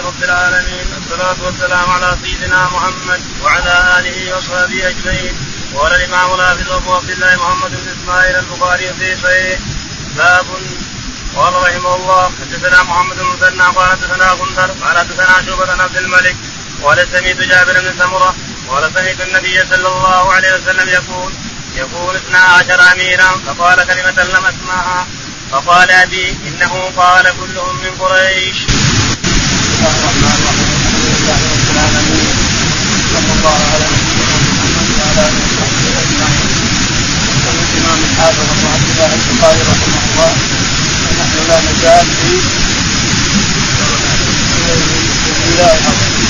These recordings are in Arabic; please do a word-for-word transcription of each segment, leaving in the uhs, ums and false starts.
رب العالمين، والصلاة والسلام على سيدنا محمد وعلى آله وصحبه أجمعين. قال الإمام الحافظ أبو عبد الله محمد بن إسماعيل البخاري في صحيح باب. قال رحمه الله حدثنا محمد بن مثنى قال حدثنا غندر قال حدثنا شعبة بن عبد الملك قال سمعت جابر بن سمرة قال سمعت النبي صلى الله عليه وسلم يقول يقول اثنا عشر أميرا فقال كلمة لم أسمعها فقال أبي إنه قال كلهم من قريش. بسم الله الرحمن الرحيم. صلى الله على نبينا محمد وعلى آله وصحبه أجمعين. يقول الإمام الحافظ أبو عبد الله البخاري رحمه الله ونحن لا نزال في الولاية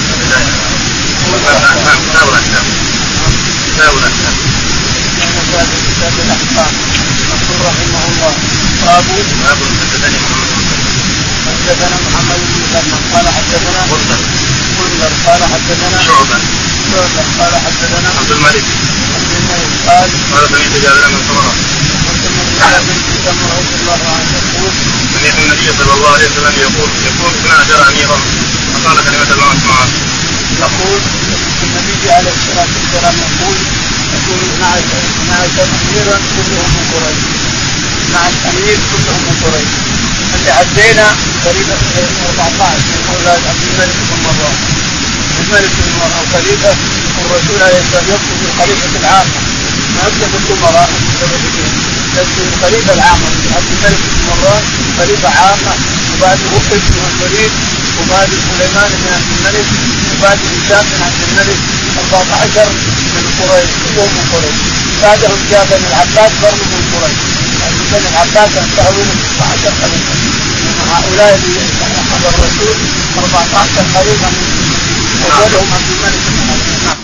كتاب الأحكام. يقول رحمه الله باب حدثنا محمد بن مسلم قال حدثنا غندر قال حدثنا شعبة قال حدثنا عبد الملك عبد الملك قال قال سمعت جابر بن سمرة رضي الله عنه يقول سمعت النبي صلى الله عليه وسلم يقول يقول اثنا عشر أميرا فقال كلمة لم أسمعها. يقول النبي عليه الصلاة والسلام يقول يقول اثنا عشر أميرا كلهم من قريش. اثنا عشر أمير كلهم من قريش. اللي عدينا قريبا أربعة عشر من أولاد عبد الملك بن مروان. الملك بن مروان خليفة والرسول عليه الصلاة والسلام يقصد الخليفة العامة ما يقصد الأمراء المتفرقين لكن الخليفة العامة عبد الملك بن مروان خليفة عامة وبعده ابن الوليد وبعد سليمان بن عبد الملك وبعد هشام بن عبد الملك أربعة عشر من قريش كلهم من قريش. بعدهم جاء بن العباس برضو من قريش. بن العباس انتهوا تسعة عشر خليفة. هؤلاء اللي أخذ الرسول أربعة عشر خليفة من أولهم عبد الملك بن مروان.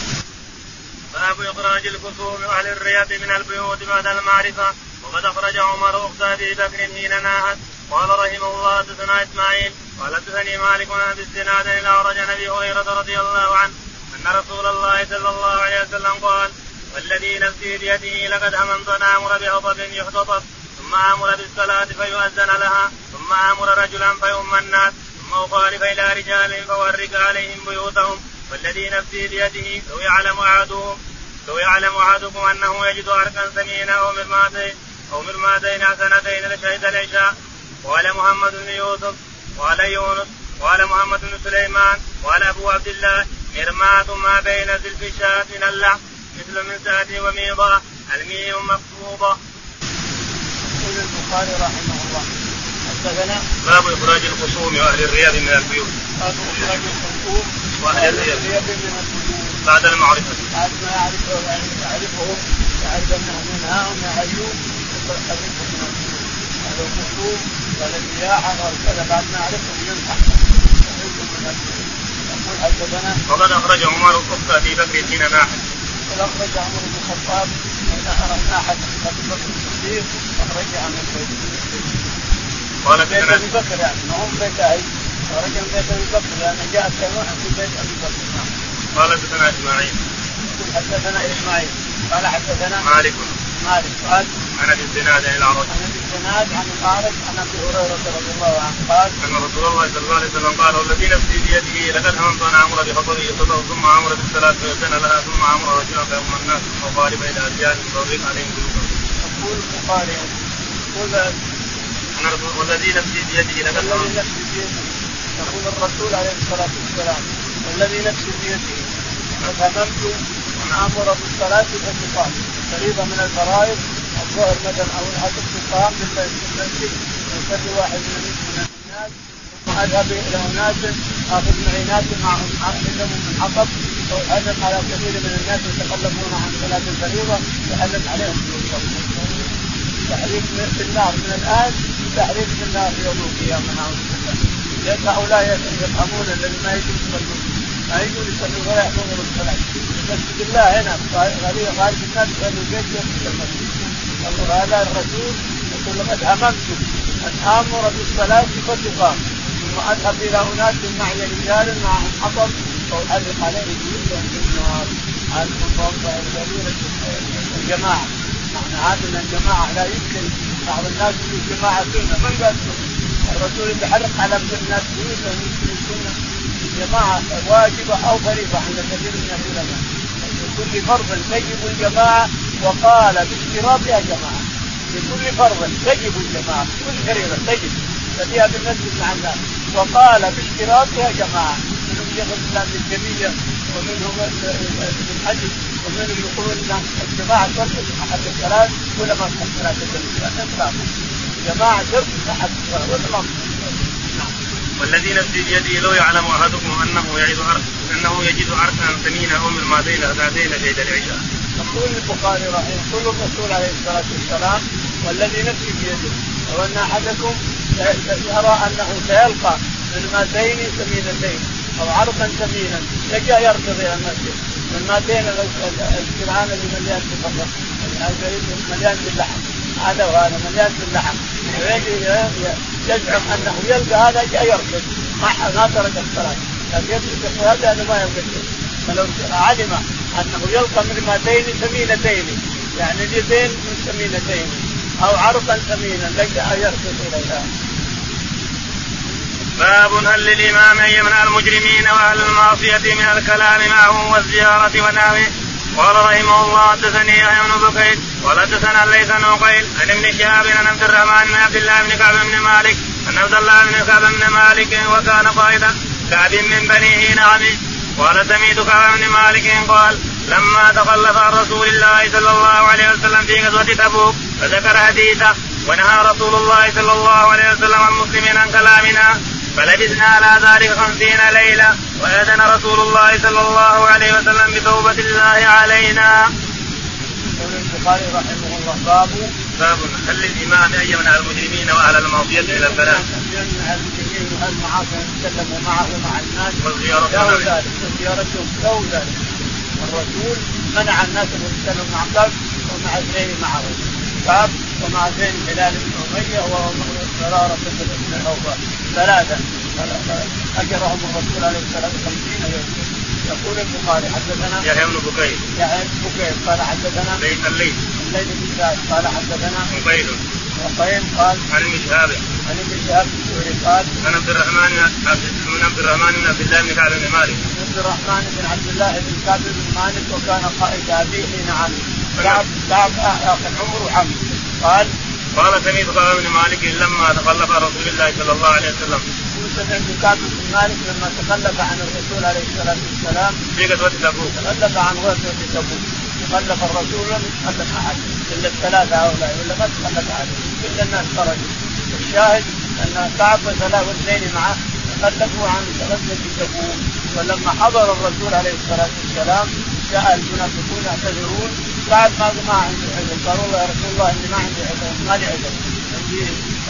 باب إخراج الكسوف أهل الرياض من البيوت بعد المعرفة. وقد أخرج عمر أخت أبي بكر حين ناهت. قال رحمه الله حدثنا إسماعيل قال حدثني مالك عن أبي الزناد إلى أخرج أبي هريرة رضي الله عنه أن رسول الله صلى الله عليه وسلم قال والذي نفسي بيده لقد أمنت أن آمر بحطب يحتطب ثم آمر بالصلاة فيؤذن لها ثم آمر رجلا فيؤم الناس ثم أخالف إلى رجال فورق عليهم بيوتهم والذي نفسي بيده لو يعلم أحدهم لو يعلم أحدكم أنه يجد أركا سمينا أو مرماتين أو مرماتين حسنتين لشهد العشاء. قال محمد بن يوسف قال يونس قال محمد بن سليمان قال أبو عبد الله مرمات ما بين زلف الشاة من اللحم مثل من ساعة وميضة الميم مكتوبة. يقول البخاري رحمه الله حدثنا باب إخراج الخصوم وأهل الرياض من البيوت. باب إخراج الخصوم وأهل الرياض من البيوت بعد المعرفة. بعد ما يعرفهم يعرفهم يعرف أنهم منهم يعيون يخرجهم من البيوت. هذا الخصوم والرياحة وكذا بعد ما يعرفهم ينفع يخرجهم من البيوت. يقول حدثنا وقد أخرج عمر أخت أبي بكر حين ناحت. أخرج عمر بن الخطاب ناحت أبي بكر الصديق أخرجها من البيت. قال بيت أبي بكر يعني ما هم بيت أي خرج من بيت أبي بكر لأن جاءت كلمة في بيت أبي بكر. قال حدثنا إسماعيل حدثنا إسماعيل قال حدثنا مالك مالك قال عن أبي الزناد عن الأعرج عن أبي الزناد عن الأعرج عن أبي هريرة رضي الله عنه قال أن رسول الله صلى الله عليه وسلم قال والذي نفسي بيده لقد هممت أن آمر بخطبه يصدق ثم آمر بالصلاة فيؤذن لها ثم آمر رجلا فيؤم الناس ثم قال بين رجال يصدق عليهم بيوتهم. يقول البخاري يقول أن رسول والذي نفسي بيده لقد هممت نفسي بيده يقول الرسول عليه الصلاة والسلام والذي نفسي بيده لقد هممت أن آمر بالصلاة فتصام فريضة من الفرائض الظهر مثلا أو العصر تصام بالمسجد يصلي واحد من الناس ثم أذهب إلى أناس آخذ معي ناس معهم عندهم من حطب وأذهب على كثير من الناس يتقلبون عن صلاة الفريضة وأذهب عليهم تحريك في النار من الآن تحريك في النار في يوم القيامة نعوذ بالله. لأن هؤلاء يفهمون الذي ما يجوز يصلون ما يجوز يصلون ولا يحضرون الصلاة مسجد الله هنا غالي غالي الناس يصلوا البيت يصلوا المسجد. يقول هذا الرسول يقول لقد هممت أن آمر بالصلاة فتقام ثم أذهب إلى أناس معي رجال معهم حطب وأحرق عليه بيوتهم بالنار. هذا الموضوع الجماعة معنى هذا من الجماعة لا يمكن بعض الناس في الجماعة سنة من قال الرسول اللي حرق على الناس بيوتهم يمكن السنة الجماعة واجبة أو فريضة عند كثير من العلماء. لكل فرض تجب الجماعة وقال باشتراطها جماعة. لكل فرض تجب الجماعة كل فريضة تجب ففيها بالمسجد مع الناس وقال باشتراطها جماعة. منهم شيخ الإسلام ابن تيمية ومنهم ابن حجر ومنهم يقولون أن الجماعة شرط أحد الثلاث ولا ما صح ثلاثة جماعة شرط أحد ولا ما والذي نفسي بيده لو يعلم أحدكم أنه يجد أنه يجد عرقا ثمينا أو من مادين هذين ليلة العشاء. يقول البخاري رحمه كل الرسول عليه الصلاة والسلام والذي نفسي بيده لو أن أحدكم يرى أنه سيلقى من مادين ثمينتين أو عرقا ثمينا يجي يركض إلى المسجد من مادين الجرعان اللي مليان بالفضة مليان باللحم هذا وهذا مليان باللحم يزعم أنه يلقى هذا جاء يركض ما ترك الصلاة لكن يترك هذا هذا ما يركض. فلو علم أنه يلقى من مادين ثمينتين يعني يدين من ثمينتين أو عرقا ثمينا لجأ يركض إليها. باب هل للإمام أن يمنع المجرمين وأهل المعصية من الكلام معهم والزيارة ونحوه. قال رحمه الله حدثني يحيى بن بكير قال حدثنا الليث بن عقيل عن ابن شهاب عن عبد الرحمن بن عبد الله بن كعب بن مالك أن عبد الله بن كعب بن مالك وكان قائد كعب من بنيه نعم قال سمعت كعب بن مالك قال لما تخلف عن رسول الله صلى الله عليه وسلم في غزوة تبوك فذكر حديثه ونهى رسول الله صلى الله عليه وسلم عن المسلمين عن كلامنا فلبثنا على ذلك خمسين ليلة وأذن رسول الله صلى الله عليه وسلم بتوبة الله علينا. يقول البخاري رحمه الله باب باب هل للإمام أن يمنع المجرمين وأهل المعصية إلى الكلام يمنع المجرمين وأهل المعاصي يتكلموا معه ومع الناس والزيارة ذلك وزيارتهم له ذلك. الرسول منع الناس أن يتكلموا مع كعب ومع اثنين معه كعب ومع اثنين هلال بن أمية ومرارة بن الأوفى ثلاثة أجرهم الرسول عليه الصلاة والسلام يوم. يقول البخاري حدثنا يحيى بن بكير يحيى بن بكير قال حدثنا ليث الليث الليث بن سعد قال حدثنا عقيل عقيل قال عن ابن شهاب عن ابن شهاب الزهري قال عن عبد الرحمن من عبد الرحمن بن عبد الله بن كعب بن مالك عبد الرحمن بن عبد الله بن كعب بن مالك وكان قائد أبيه نعم كعب كعب آخر عمره عم قال قال سمعت كعب بن مالك لما تخلف عن رسول الله صلى الله عليه وسلم سمعت كعب بن مالك لما تخلف عن الرسول عليه الصلاة والسلام في غزوة تبوك تخلف عن غزوة تبوك تخلف الرسول لم يتخلف أحد إلا الثلاثة هؤلاء ولا ما تخلف أحد إلا الناس خرجوا. الشاهد أن كعب وثلاثة واثنين معه تخلفوا عن غزوة تبوك ولما حضر الرسول عليه الصلاة والسلام جاء المنافقون يعتذرون بعد ما ما عندي عذر قالوا يا رسول الله إني ما عندي عذر ما لي عذر عندي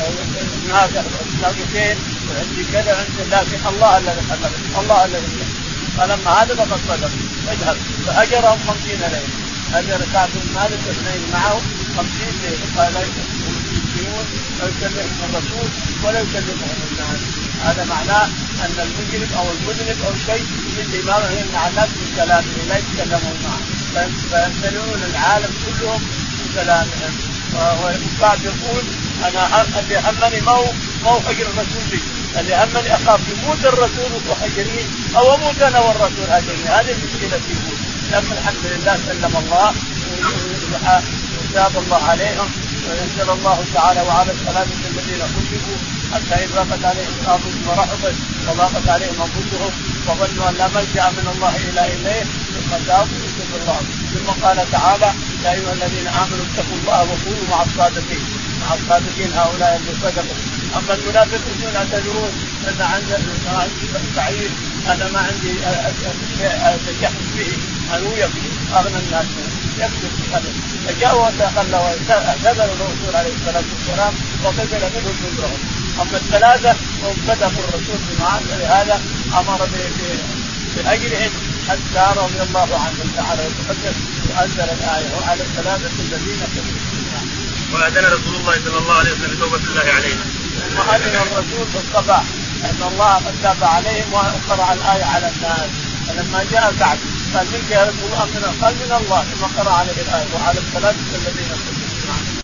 ناقتين وعندي كذا عندي لكن الله الذي خلق الله الذي خلق. فلما هذا فقد صدق اذهب فأجرهم خمسين ليلة أجر كعب بن مالك واثنين معه خمسين ليلة قال لا يسلمون لا يكلمهم الرسول ولا يكلمهم الناس. هذا معناه أن المجرم أو المذنب أو شيء من الإمام يمنع الناس من كلامه لا يتكلمون معه فيمتنعون العالم كلهم من كلامهم. وكعب يقول أنا اللي همني ما هو ما هو حجر الرسول بي اللي همني أخاف يموت الرسول وحجرين أو أموت أنا والرسول هاجرين هذه المشكلة في يموت. لكن الحمد لله سلم الله وتاب الله عليهم وينزل الله تعالى وعلى الثلاثة الذين خلفوا حتى إذ ضاقت عليهم الأرض ورحبت وضاقت عليهم أنفسهم وظنوا أن لا ملجأ من الله إلا إليه ثم تابوا إلى الله. ثم قال تعالى يا أيها الذين آمنوا اتقوا الله وكونوا مع الصادقين مع الصادقين هؤلاء اللي صدقوا. أما المنافقون يعتذرون أن عندي بعيد أنا ما عندي شيء أتجحف به أنو يكفي أغنى الناس يكفي هذا فجاءوا وتخلوا واعتذر الرسول عليه الصلاة والسلام وقبل منهم نذرهم. أما الثلاثة هم صدقوا الرسول بمعاد هذا أمر بأجرهم حتى رضي الله عنهم تعالى وتقدم وأنزل الآية وعلى الثلاثة الذين كفروا. وأذن رسول الله صلى الله عليه وسلم بتوبة الله عليهم. ثم أذن الرسول بالصباح أن الله قد تاب عليهم وقرأ الآية على الناس. فلما جاء كعب قال منك يا رسول الله قال من الله ثم قرأ عليه الآية وعلى الثلاثة الذين كفروا.